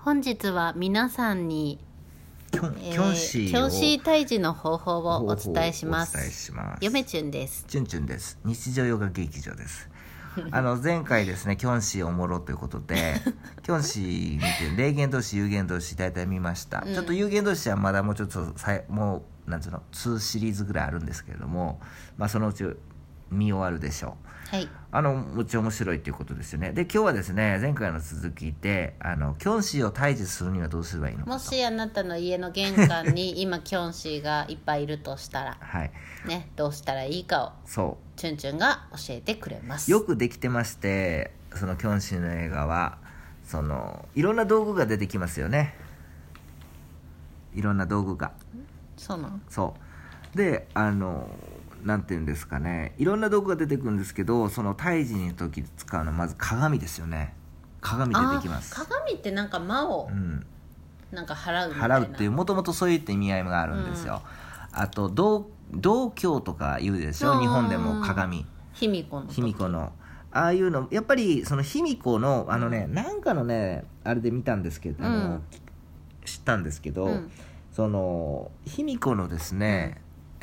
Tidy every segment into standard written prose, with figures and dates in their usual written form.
本日は皆さんにキョンシー退治の方法をお伝えします。嫁チュンです。 チュンチュンです。日常ヨガ劇場です。前回ですね、キョンシーおもろということでキョンシー見て霊言動詞有言動詞大体見ました、ちょっと有言動詞はまだもうちょっともうなんつうの2シリーズぐらいあるんですけれども、そのうち見終わるでしょう。 はい、 もち面白いということですよね。で今日はですね、前回の続きでキョンシーを退治するにはどうすればいいのかと。 もしあなたの家の玄関に今キョンシーがいっぱいいるとしたら、 はいね、どうしたらいいかをそうチュンチュンが教えてくれます。 よくできてまして、そのキョンシーの映画はいろんな道具が出てきますよね。いろんな道具が。 そうなの？ そうでなんていうんですかね、いろんな道具が出てくるんですけど、その退治の時使うのはまず鏡ですよね。鏡出てきます。 鏡ってなんか魔を、なんか払うみたいな、 払うっていう、もともとそういった意味合いがあるんですよ、あと道教とか言うでしょ、日本でも鏡、 卑弥呼のああいうのやっぱりその卑弥呼のなんかのねあれで見たんですけど、知ったんですけど、その卑弥呼のですね、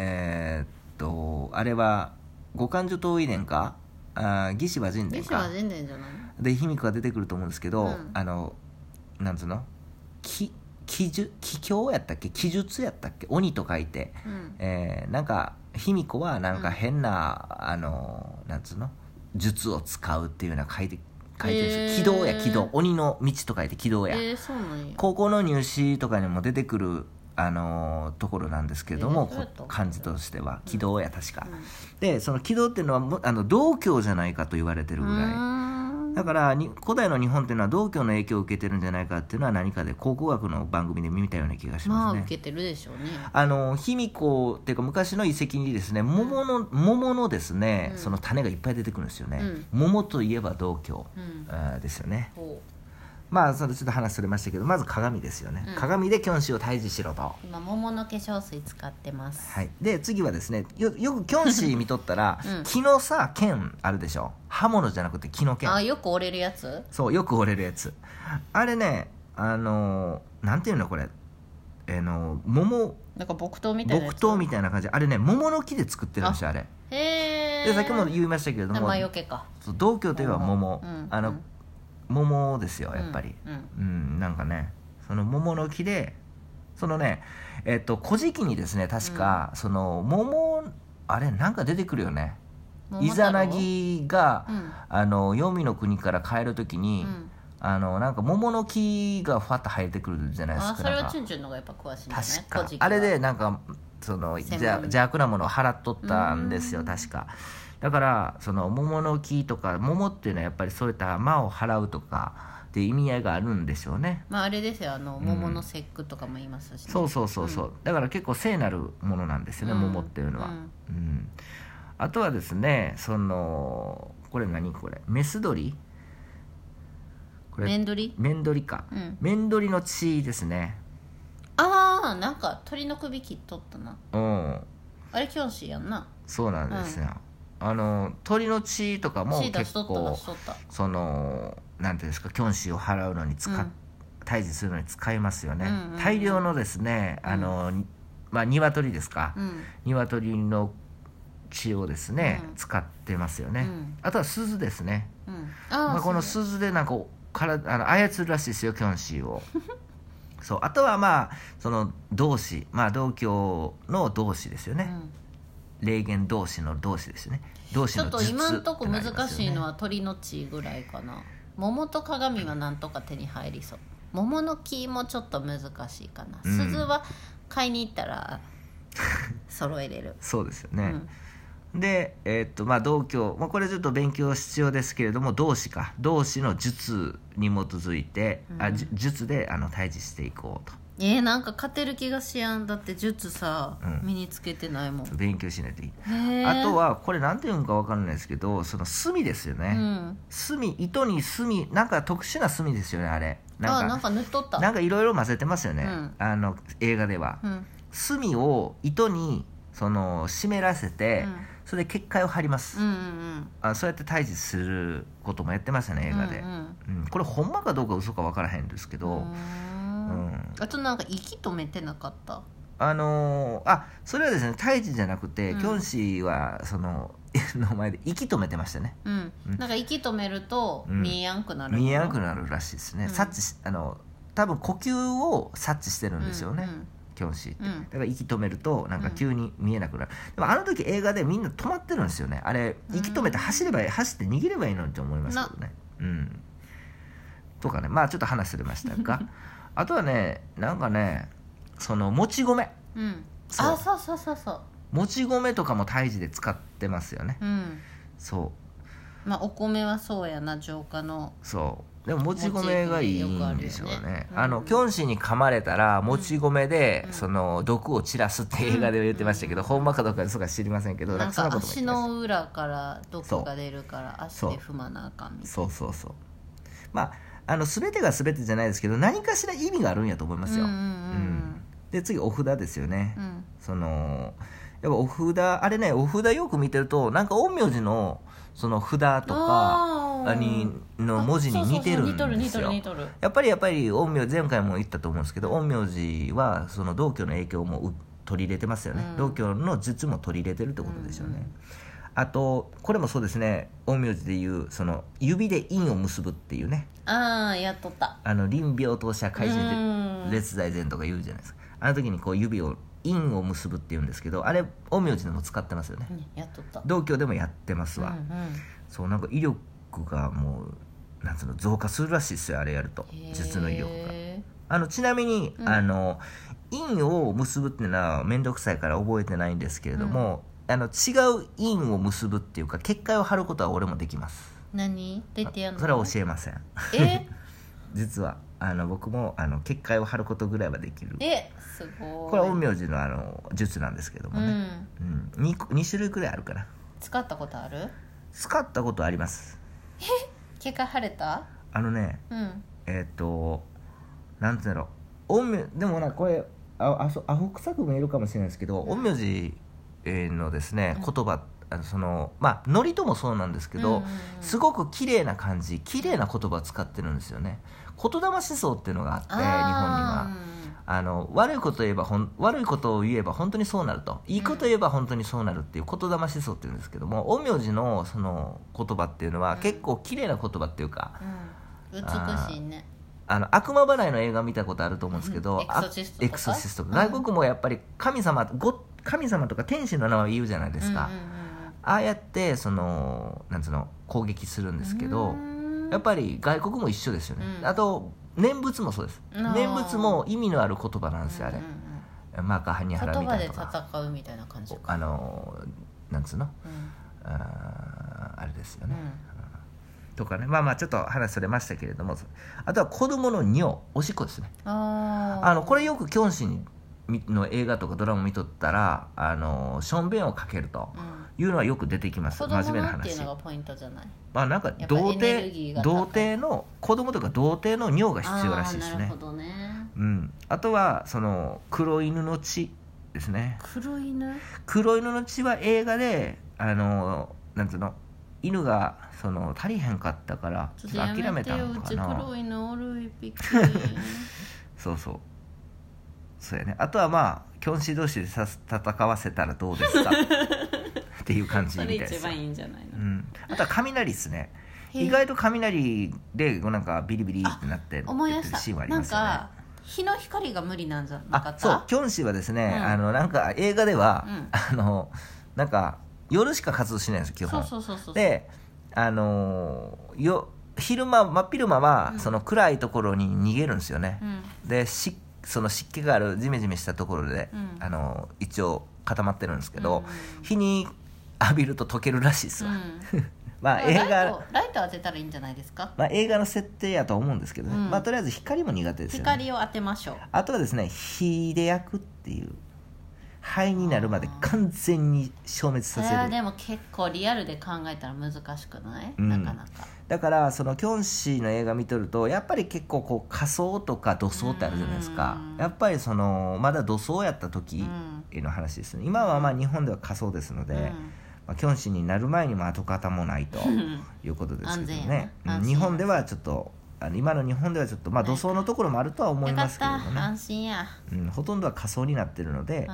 あれは五漢樹湯遺伝か魏志倭人伝かじゃないで卑弥呼が出てくると思うんですけど、なんつうの気境やったっけ、気術やったっけ、鬼と書いて、なんか卑弥呼はなんか変な、なんつうの術を使うっていうような書いてるんですよ。軌道、鬼の道と書いて軌道や、 そうなんや。 高校の入試とかにも出てくるところなんですけれども、漢字としては軌道や確か、でその軌道っていうのは道教じゃないかと言われてるぐらいだから、古代の日本っていうのは道教の影響を受けてるんじゃないかっていうのは何かで考古学の番組で見たような気がしますね。 受けてるでしょうね。 卑弥呼っていうか昔の遺跡にですね、桃のですね、その種がいっぱい出てくるんですよね、桃といえば道教、ですよね。それちょっと話それましたけど、まず鏡ですよね、鏡でキョンシーを退治しろと。 今桃の化粧水使ってます。 はい、で次はですね、よくキョンシー見とったら、木の剣あるでしょ、刃物じゃなくて木の剣。 よく折れるやつ。 そう、よく折れるやつ。あれね、なんていうのこれ、桃なんか木刀みたいなやつ。 木刀みたいな感じ。あれね、桃の木で作ってるんですよ、あれ。で先ほど言いましたけれども、 生よけか。 道教といえば桃、桃ですよやっぱり、なんかね、その桃の木で、そのね古事記にですね、確か、その桃、あれなんか出てくるよね。イザナギが、黄泉の国から帰るときに、なんか桃の木がファッと生えてくるじゃないですか。 それはチュンチュンの方がやっぱ詳しいんじゃない？ 確かあれでなんかその邪悪なものを払っとったんですよ、確か。だからその桃の木とか桃っていうのはやっぱりそういった魔を払うとかっていう意味合いがあるんでしょうね。 あれですよ、桃の節句とかも言いますし、ね、 そう、だから結構聖なるものなんですよね、桃っていうのは、あとはですね、これ何これ、メス鳥、これメンドリか、メンドリの血ですね。 なんか鳥の首切っとったな。あれキョンシーやんな。 そうなんですよ、鳥の血とかも結構なんていうんですか、キョンシーを払うのに退治するのに使いますよね、大量のですね、鶏ですか、鶏の血をですね、使ってますよね、あとは鈴ですね、この鈴でなんか操るらしいですよ、キョンシーをそう、あとはその道士、道教の道士ですよね、霊言同士の同士ですよね。同士の術、 ちょっと今んとこ難しいのは鳥の血ぐらいかな。桃と鏡はなんとか手に入りそう。桃の木もちょっと難しいかな。鈴は買いに行ったら揃えれる。 そうですよね、で道教、これちょっと勉強必要ですけれども、同士の術に基づいて、術で退治していこうと。 なんか勝てる気がしやん。だって術さ、身につけてないもん。 勉強しないといい。あとはこれなんていうのか分からないですけど、その墨ですよね、糸に墨、なんか特殊な墨ですよね、あれ。 なんか塗っとった。 なんかいろいろ混ぜてますよね、映画では、墨を糸に湿らせて、 それで結界を張ります、そうやって退治することもやってましたね映画で、これほんまかどうか嘘か分からへんですけど、 あとなんか息止めてなかった？ それはですね退治じゃなくて、キョンシーはそのの前で息止めてましたね、 なんか息止めると見えやんくなる、 見えやんくなるらしいですね、察知多分呼吸を察知してるんですよね、キョンシーって、だから息止めるとなんか急に見えなくなる、でもあの時映画でみんな止まってるんですよね、あれ息止めて走って逃げればいいのにと思いますけどね、とかね、まあちょっと話それましたがあとはねなんかねそのもち米、 そうもち米とかも胎児で使ってますよね、 そうまあお米はそうやな、浄化のそうでももち米がいいんでしょうね、キョンシーに噛まれたらもち米で、その毒を散らすって映画では言ってましたけど、ほんまかどうかそうか知りませんけど、 なんか足の裏から毒が出るから足で踏まなあかんみたいな、そうまあ全てが全てじゃないですけど何かしら意味があるんやと思いますよ、で次お札ですよね、そのやっぱお札あれね、お札よく見てるとなんか陰陽師のその札とかの文字に似てるんですよ。やっぱり陰陽前回も言ったと思うんですけど、陰陽師はその道教の影響も取り入れてますよね、道教の術も取り入れてるってことですよね、あとこれもそうですね、陰陽師でいうその指で印を結ぶっていうね、 やっとった臨病当社怪人列在前とか言うじゃないですか、あの時にこう指を印を結ぶっていうんですけど、あれ陰陽師でも使ってますよね、 やっとった、 道教でもやってますわ、そうなんか威力がもうなんつうの増加するらしいですよ、あれやると術の威力が。ちなみに、印を結ぶっていうのは面倒くさいから覚えてないんですけれども、違う印を結ぶっていうか結界を張ることは俺もできます。 何出てやんの？ それは教えません実は僕も結界を張ることぐらいはできる。 すごい。 これは陰陽師の術なんですけどもね、2種類くらいあるから。 使ったことある？ 使ったことあります。 結界張れた？ なんていうんだろう、でもなこれアホ臭く見えるかもしれないですけど、陰陽師のですね言葉、まあノリともそうなんですけど、すごく綺麗な感じ、綺麗な言葉を使ってるんですよね。言霊思想っていうのがあって、日本には悪いことを言えば本当にそうなると、いいことを言えば本当にそうなるっていう言霊思想っていうんですけども、陰陽師のその言葉っていうのは結構綺麗な言葉っていうか、 美しいね。 悪魔払いの映画見たことあると思うんですけど、エクソシストとか、外国もやっぱり神様とか天使の名前を言うじゃないですか、ああやってなんつうの攻撃するんですけど、やっぱり外国も一緒ですよね、あと念仏もそうです。念仏も意味のある言葉なんですよ、あれ、マカハニハラみたいなとか、 言葉で戦うみたいな感じか、 なんつうの、あれですよね、とかね、まあちょっと話それましたけれども、あとは子供の尿、おしっこですね。これよくキョンシーの映画とかドラマ見とったらしょんべんをかけるというのはよく出てきます、真面目な話。子供っていうのがポイントじゃない？なんか童貞の子供とか童貞の尿が必要らしいですね。 なるほどね。 あとはその黒犬の血ですね。黒犬の血は映画でなんつうの、犬が足りへんかったからちょっと諦めたのかな。 黒犬おる一匹そうやね。あとはまあキョンシー同士で戦わせたらどうですかっていう感じみたいです。 それ一番いいんじゃないの、 あとは雷ですね。意外と雷でなんかビリビリってなって思い出したシーンはありますよね。 なんか日の光が無理なんじゃなかった？ そうキョンシーはですね、なんか映画では、なんか夜しか活動しないんです基本。で真っ昼間はその暗いところに逃げるんですよね、でその湿気があるジメジメしたところで、一応固まってるんですけど、日に浴びると溶けるらしいですわ、まあ映画ライト当てたらいいんじゃないですか。 まあ映画の設定やと思うんですけどね、まあとりあえず光も苦手ですよね。 光を当てましょう。 あとはですね、火で焼くっていう、灰になるまで完全に消滅させる。 でも結構リアルで考えたら難しくない？なかなか。 だからそのキョンシーの映画見とるとやっぱり結構こう仮想とか土葬ってあるじゃないですか。やっぱりまだ土葬やった時の話ですね。今はまあ日本では仮想ですので、 キョンシーになる前にも跡形もないということですけどね日本ではちょっと今の日本ではちょっと土葬のところもあるとは思いますけどもね安心や、 ほとんどは火葬になってるので、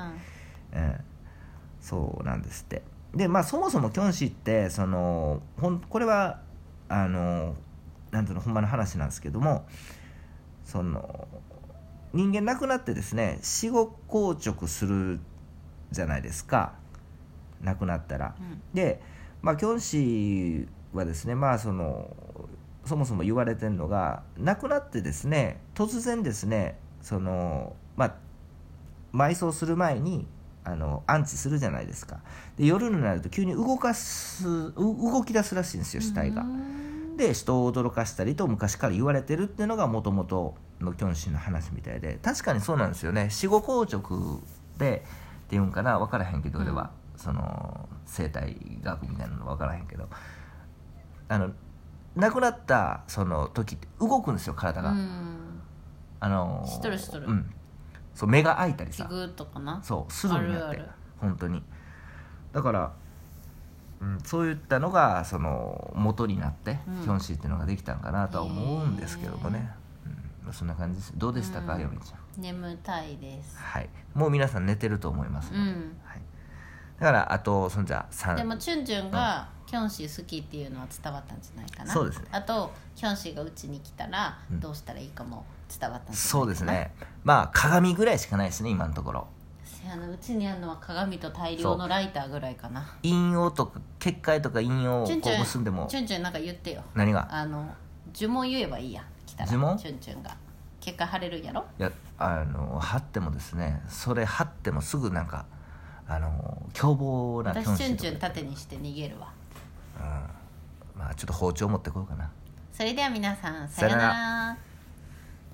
そうなんですって。でそもそもキョンシーってこれはなんていうのほんまの話なんですけども人間亡くなってですね死後硬直するじゃないですか亡くなったら、で、キョンシーはですねそもそも言われてるのが亡くなってですね突然ですね埋葬する前に安置するじゃないですか。で夜になると急に動き出すらしいんですよ死体が。で人を驚かしたりと昔から言われてるっていうのがもともとのキョンシーの話みたいで確かにそうなんですよね。死後硬直でっていうんかな分からへんけど俺は、生態学みたいなの分からへんけど亡くなったその時って動くんですよ体が。 知っとる知っとる、 そう目が開いたりさグーとかなそうするんやってある本当にだから、そういったのが元になって、キョンシーっていうのができたんかなとは思うんですけどもね、そんな感じです。どうでしたか、ヨミちゃん。 眠たいです。 はい、もう皆さん寝てると思いますので、はい、だからあとじゃあでもチュンチュンがキョンシー好きっていうのは伝わったんじゃないかな。 そうですね。 あとキョンシーがうちに来たらどうしたらいいかも伝わったんじゃないかな。 そうですね。鏡ぐらいしかないですね今のところ。 うちにあるのは鏡と大量のライターぐらいかな。 陰陽とか結界とか陰陽をこう結んでもチュンチュンなんか言ってよ。 何が呪文言えばいいや来たら。 呪文チュンチュンが結界貼れるんやろ。 いや貼ってもですねそれ貼ってもすぐなんか凶暴なキョンシーとか私チュンチュン縦にして逃げるわ。 ちょっと包丁持ってこようかな。 それでは皆さんさよなら。